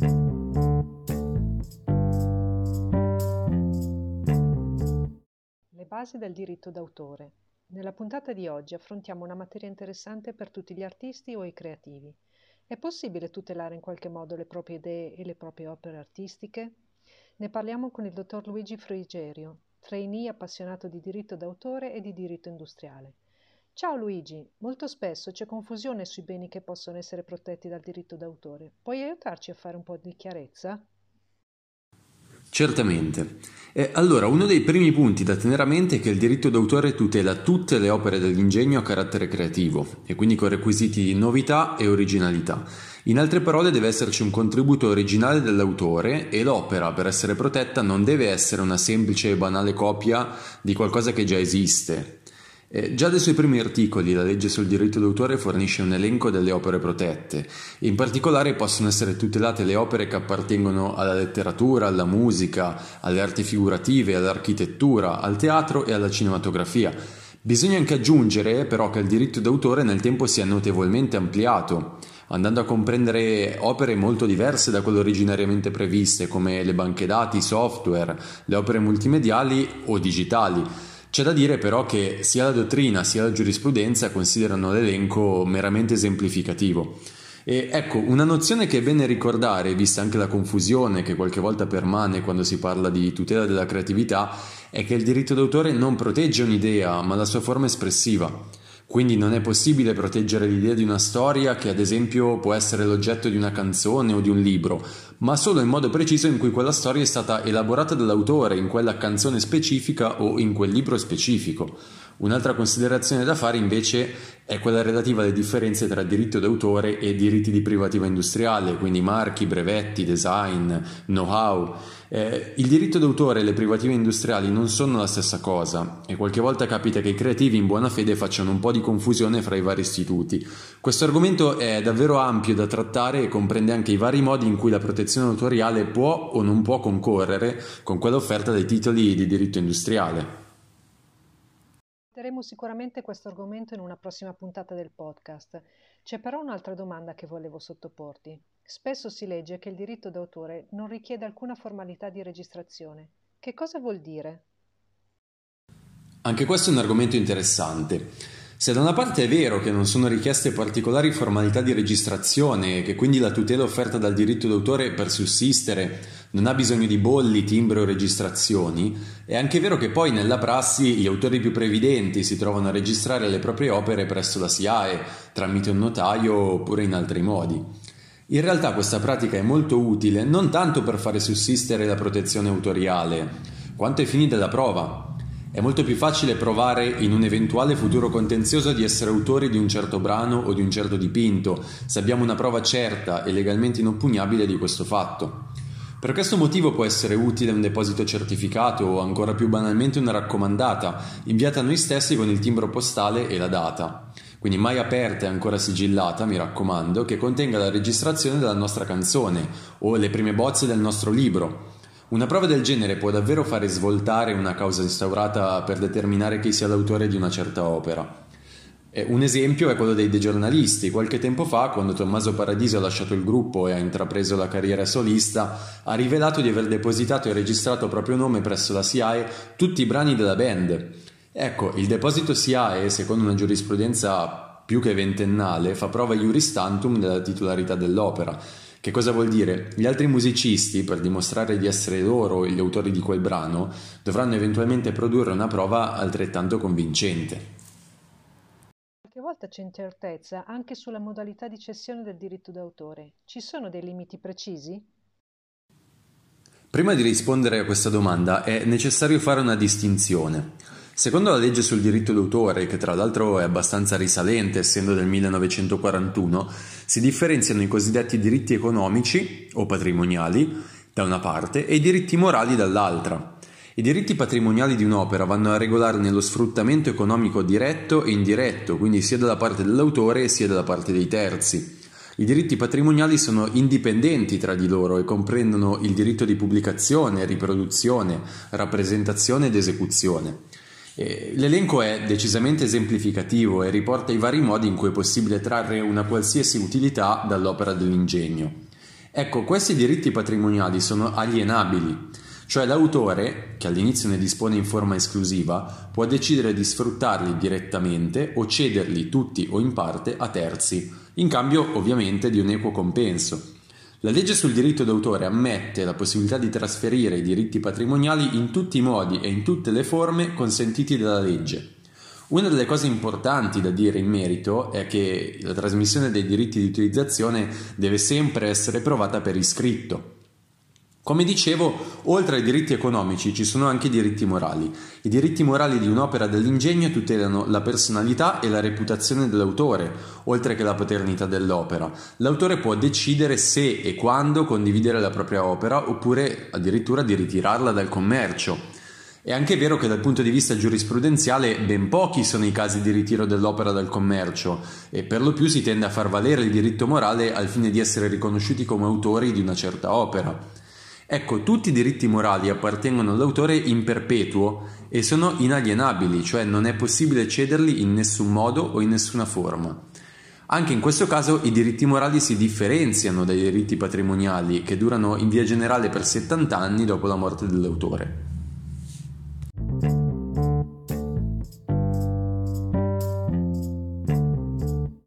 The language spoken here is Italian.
Le basi del diritto d'autore. Nella puntata di oggi affrontiamo una materia interessante per tutti gli artisti o i creativi. È possibile tutelare in qualche modo le proprie idee e le proprie opere artistiche? Ne parliamo con il dottor Luigi Frigerio, trainee appassionato di diritto d'autore e di diritto industriale. Ciao Luigi, molto spesso c'è confusione sui beni che possono essere protetti dal diritto d'autore. Puoi aiutarci a fare un po' di chiarezza? Certamente. Allora, uno dei primi punti da tenere a mente è che il diritto d'autore tutela tutte le opere dell'ingegno a carattere creativo e quindi con requisiti di novità e originalità. In altre parole, deve esserci un contributo originale dell'autore e l'opera, per essere protetta, non deve essere una semplice e banale copia di qualcosa che già esiste. Già dai suoi primi articoli la legge sul diritto d'autore fornisce un elenco delle opere protette. In particolare possono essere tutelate le opere che appartengono alla letteratura, alla musica, alle arti figurative, all'architettura, al teatro e alla cinematografia. Bisogna anche aggiungere però che il diritto d'autore nel tempo si è notevolmente ampliato, andando a comprendere opere molto diverse da quelle originariamente previste, come le banche dati, i software, le opere multimediali o digitali. C'è da dire però che sia la dottrina sia la giurisprudenza considerano l'elenco meramente esemplificativo. E ecco, una nozione che è bene ricordare, vista anche la confusione che qualche volta permane quando si parla di tutela della creatività, è che il diritto d'autore non protegge un'idea, ma la sua forma espressiva. Quindi non è possibile proteggere l'idea di una storia che ad esempio può essere l'oggetto di una canzone o di un libro, ma solo in modo preciso in cui quella storia è stata elaborata dall'autore in quella canzone specifica o in quel libro specifico. Un'altra considerazione da fare invece è quella relativa alle differenze tra diritto d'autore e diritti di privativa industriale, quindi marchi, brevetti, design, know-how. Il diritto d'autore e le privative industriali non sono la stessa cosa e qualche volta capita che i creativi in buona fede facciano un po' di confusione fra i vari istituti. Questo argomento è davvero ampio da trattare e comprende anche i vari modi in cui la protezione autoriale può o non può concorrere con quella offerta dai titoli di diritto industriale. Tratteremo sicuramente questo argomento in una prossima puntata del podcast. C'è però un'altra domanda che volevo sottoporti. Spesso si legge che il diritto d'autore non richiede alcuna formalità di registrazione. Che cosa vuol dire? Anche questo è un argomento interessante. Se da una parte è vero che non sono richieste particolari formalità di registrazione e che quindi la tutela offerta dal diritto d'autore per sussistere non ha bisogno di bolli, timbri o registrazioni, è anche vero che poi nella prassi gli autori più previdenti si trovano a registrare le proprie opere presso la SIAE tramite un notaio oppure in altri modi. In realtà questa pratica è molto utile non tanto per fare sussistere la protezione autoriale, quanto ai fini della prova. È molto più facile provare in un eventuale futuro contenzioso di essere autori di un certo brano o di un certo dipinto, se abbiamo una prova certa e legalmente inoppugnabile di questo fatto. Per questo motivo può essere utile un deposito certificato o ancora più banalmente una raccomandata, inviata a noi stessi con il timbro postale e la data. Quindi mai aperta e ancora sigillata, mi raccomando, che contenga la registrazione della nostra canzone o le prime bozze del nostro libro. Una prova del genere può davvero fare svoltare una causa instaurata per determinare chi sia l'autore di una certa opera. Un esempio è quello dei giornalisti. Qualche tempo fa, quando Tommaso Paradiso ha lasciato il gruppo e ha intrapreso la carriera solista, ha rivelato di aver depositato e registrato a proprio nome presso la SIAE tutti i brani della band. Ecco, il deposito SIAE, secondo una giurisprudenza più che ventennale, fa prova iuris tantum della titolarità dell'opera. Che cosa vuol dire? Gli altri musicisti, per dimostrare di essere loro gli autori di quel brano, dovranno eventualmente produrre una prova altrettanto convincente. Qualche volta c'è incertezza anche sulla modalità di cessione del diritto d'autore. Ci sono dei limiti precisi? Prima di rispondere a questa domanda è necessario fare una distinzione. Secondo la legge sul diritto d'autore, che tra l'altro è abbastanza risalente essendo del 1941, si differenziano i cosiddetti diritti economici o patrimoniali da una parte e i diritti morali dall'altra. I diritti patrimoniali di un'opera vanno a regolarne lo sfruttamento economico diretto e indiretto, quindi sia dalla parte dell'autore sia dalla parte dei terzi. I diritti patrimoniali sono indipendenti tra di loro e comprendono il diritto di pubblicazione, riproduzione, rappresentazione ed esecuzione. L'elenco è decisamente esemplificativo e riporta i vari modi in cui è possibile trarre una qualsiasi utilità dall'opera dell'ingegno. Ecco, questi diritti patrimoniali sono alienabili, cioè l'autore, che all'inizio ne dispone in forma esclusiva, può decidere di sfruttarli direttamente o cederli tutti o in parte a terzi, in cambio ovviamente di un equo compenso. La legge sul diritto d'autore ammette la possibilità di trasferire i diritti patrimoniali in tutti i modi e in tutte le forme consentiti dalla legge. Una delle cose importanti da dire in merito è che la trasmissione dei diritti di utilizzazione deve sempre essere provata per iscritto. Come dicevo, oltre ai diritti economici ci sono anche i diritti morali. I diritti morali di un'opera dell'ingegno tutelano la personalità e la reputazione dell'autore, oltre che la paternità dell'opera. L'autore può decidere se e quando condividere la propria opera oppure addirittura di ritirarla dal commercio. È anche vero che dal punto di vista giurisprudenziale ben pochi sono i casi di ritiro dell'opera dal commercio e per lo più si tende a far valere il diritto morale al fine di essere riconosciuti come autori di una certa opera. Ecco, tutti i diritti morali appartengono all'autore in perpetuo e sono inalienabili, cioè non è possibile cederli in nessun modo o in nessuna forma. Anche in questo caso i diritti morali si differenziano dai diritti patrimoniali che durano in via generale per 70 anni dopo la morte dell'autore.